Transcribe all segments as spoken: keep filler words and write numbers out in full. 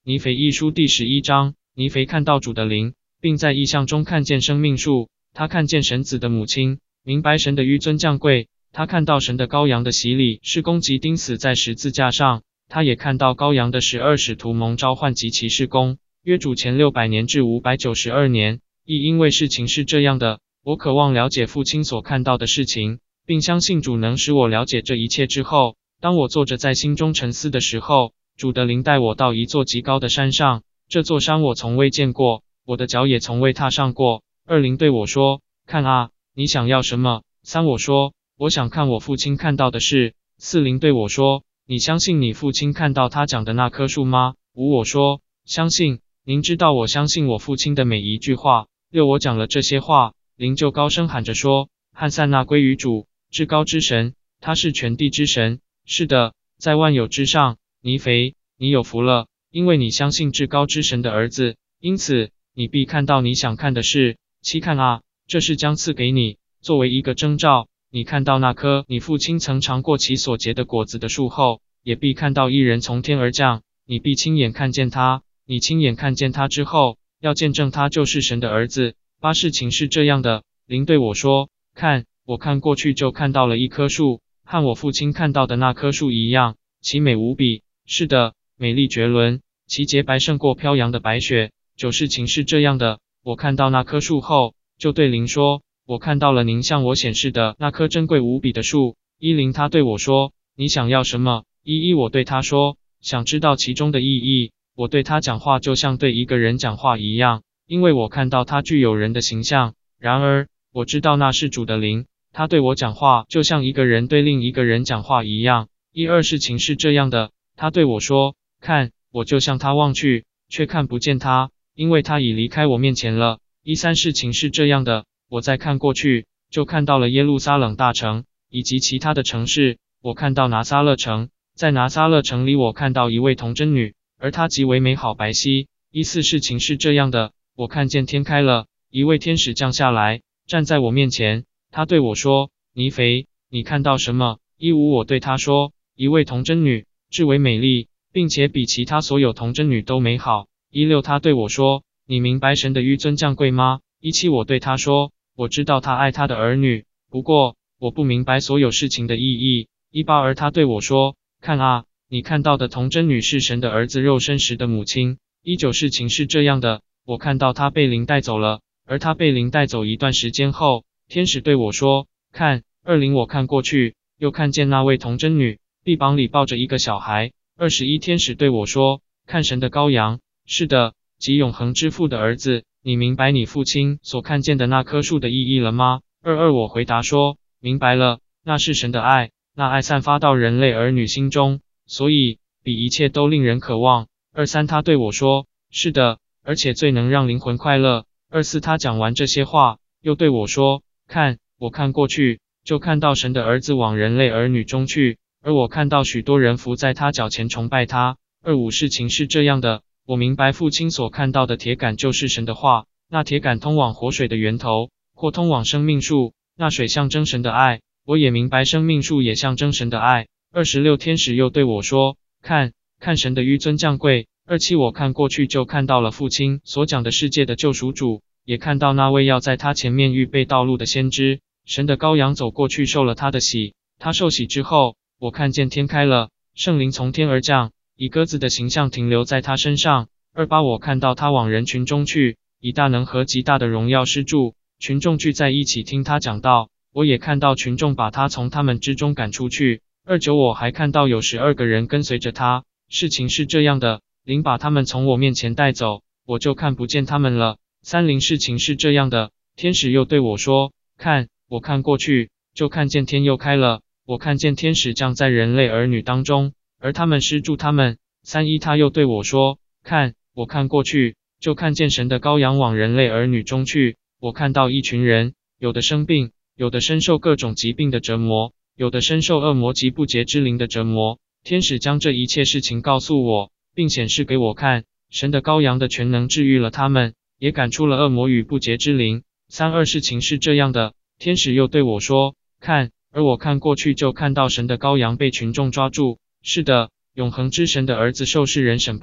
尼腓一书第十一章，尼腓看到主的灵，并在异象中看见生命树，他看见神子的母亲，明白神的纡尊降贵，他看到神的羔羊的洗礼是攻击钉死在十字架上，他也看到羔羊的十二使徒蒙召唤及其事工，约主前六百年至五百九十二年。亦因为事情是这样的，我渴望了解父亲所看到的事情，并相信主能使我了解这一切之后，当我坐着在心中沉思的时候，主的灵带我到一座极高的山上，这座山我从未见过，我的脚也从未踏上过。二灵对我说，看啊，你想要什么？三我说，我想看我父亲看到的事。四灵对我说，你相信你父亲看到他讲的那棵树吗？五我说，相信，您知道我相信我父亲的每一句话。六我讲了这些话，灵就高声喊着说，汉散那归于主，至高之神，他是全地之神，是的，在万有之上。尼腓，你有福了，因为你相信至高之神的儿子，因此你必看到你想看的事。七看啊，这是将赐给你，作为一个征兆，你看到那棵你父亲曾尝过其所结的果子的树后，也必看到一人从天而降，你必亲眼看见他，你亲眼看见他之后，要见证他就是神的儿子。八事情是这样的，灵对我说，看，我看过去就看到了一棵树，和我父亲看到的那棵树一样，其美无比，是的，美丽绝伦，其洁白胜过飘扬的白雪。九事情是这样的，我看到那棵树后，就对灵说，我看到了您向我显示的那棵珍贵无比的树。一灵他对我说，你想要什么？一一我对他说，想知道其中的意义。我对他讲话就像对一个人讲话一样，因为我看到他具有人的形象。然而，我知道那是主的灵，他对我讲话就像一个人对另一个人讲话一样。一二事情是这样的，他对我说，看，我就向他望去，却看不见他，因为他已离开我面前了。一三事情是这样的，我再看过去，就看到了耶路撒冷大城，以及其他的城市，我看到拿撒勒城，在拿撒勒城里我看到一位童贞女，而她极为美好白皙。一四事情是这样的，我看见天开了，一位天使降下来，站在我面前，他对我说，尼腓，你看到什么？一五我对他说，一位童贞女，至为美丽，并且比其他所有童贞女都美好。一六他对我说，你明白神的纡尊降贵吗？一七我对他说，我知道他爱他的儿女，不过我不明白所有事情的意义。一八而他对我说，看啊，你看到的童贞女是神的儿子肉身时的母亲。一九事情是这样的，我看到他被灵带走了，而他被灵带走一段时间后，天使对我说，看，二灵我看过去，又看见那位童贞女，臂膀里抱着一个小孩。二十一天使对我说，看神的羔羊，是的，即永恒之父的儿子，你明白你父亲所看见的那棵树的意义了吗？二二我回答说，明白了，那是神的爱，那爱散发到人类儿女心中，所以比一切都令人渴望。二三他对我说，是的，而且最能让灵魂快乐。二四他讲完这些话，又对我说，看，我看过去，就看到神的儿子往人类儿女中去，而我看到许多人伏在他脚前崇拜他。二五事情是这样的，我明白父亲所看到的铁杆就是神的话，那铁杆通往活水的源头，或通往生命树，那水象征神的爱，我也明白生命树也象征神的爱。二十六天使又对我说，看，看神的纡尊降贵。二七我看过去就看到了父亲所讲的世界的救赎主，也看到那位要在他前面预备道路的先知，神的羔羊走过去受了他的洗，他受洗之后，我看见天开了，圣灵从天而降，以鸽子的形象停留在他身上。二八我看到他往人群中去，以大能和极大的荣耀施助，群众聚在一起听他讲道，我也看到群众把他从他们之中赶出去。二九我还看到有十二个人跟随着他，事情是这样的，灵把他们从我面前带走，我就看不见他们了。三灵事情是这样的，天使又对我说，看，我看过去，就看见天又开了，我看见天使降在人类儿女当中，而他们施助他们。三一他又对我说，看，我看过去，就看见神的羔羊往人类儿女中去，我看到一群人，有的生病，有的深受各种疾病的折磨，有的深受恶魔及不洁之灵的折磨。天使将这一切事情告诉我，并显示给我看，神的羔羊的全能治愈了他们，也赶出了恶魔与不洁之灵。三二事情是这样的，天使又对我说，看，而我看过去就看到神的羔羊被群众抓住，是的，永恒之神的儿子受世人审判，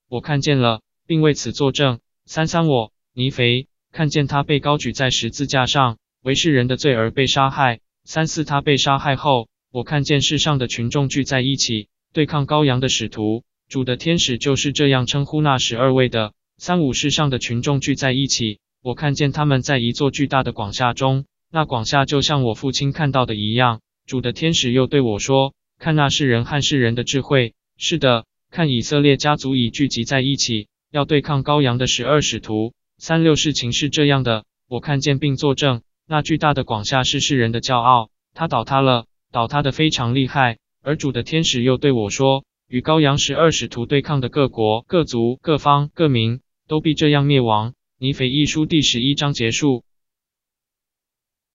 我看见了，并为此作证。三三我，尼腓，看见他被高举在十字架上，为世人的罪而被杀害。三四他被杀害后，我看见世上的群众聚在一起，对抗羔羊的使徒，主的天使就是这样称呼那十二位的。三五世上的群众聚在一起，我看见他们在一座巨大的广厦中，那广厦就像我父亲看到的一样。主的天使又对我说，看那世人和世人的智慧，是的，看以色列家族已聚集在一起，要对抗羔羊的十二使徒。三六事情是这样的，我看见并作证，那巨大的广厦是世人的骄傲，它倒塌了，倒塌的非常厉害。而主的天使又对我说，与羔羊十二使徒对抗的各国、各族、各方、各民，都必这样灭亡。尼腓一书第十一章结束。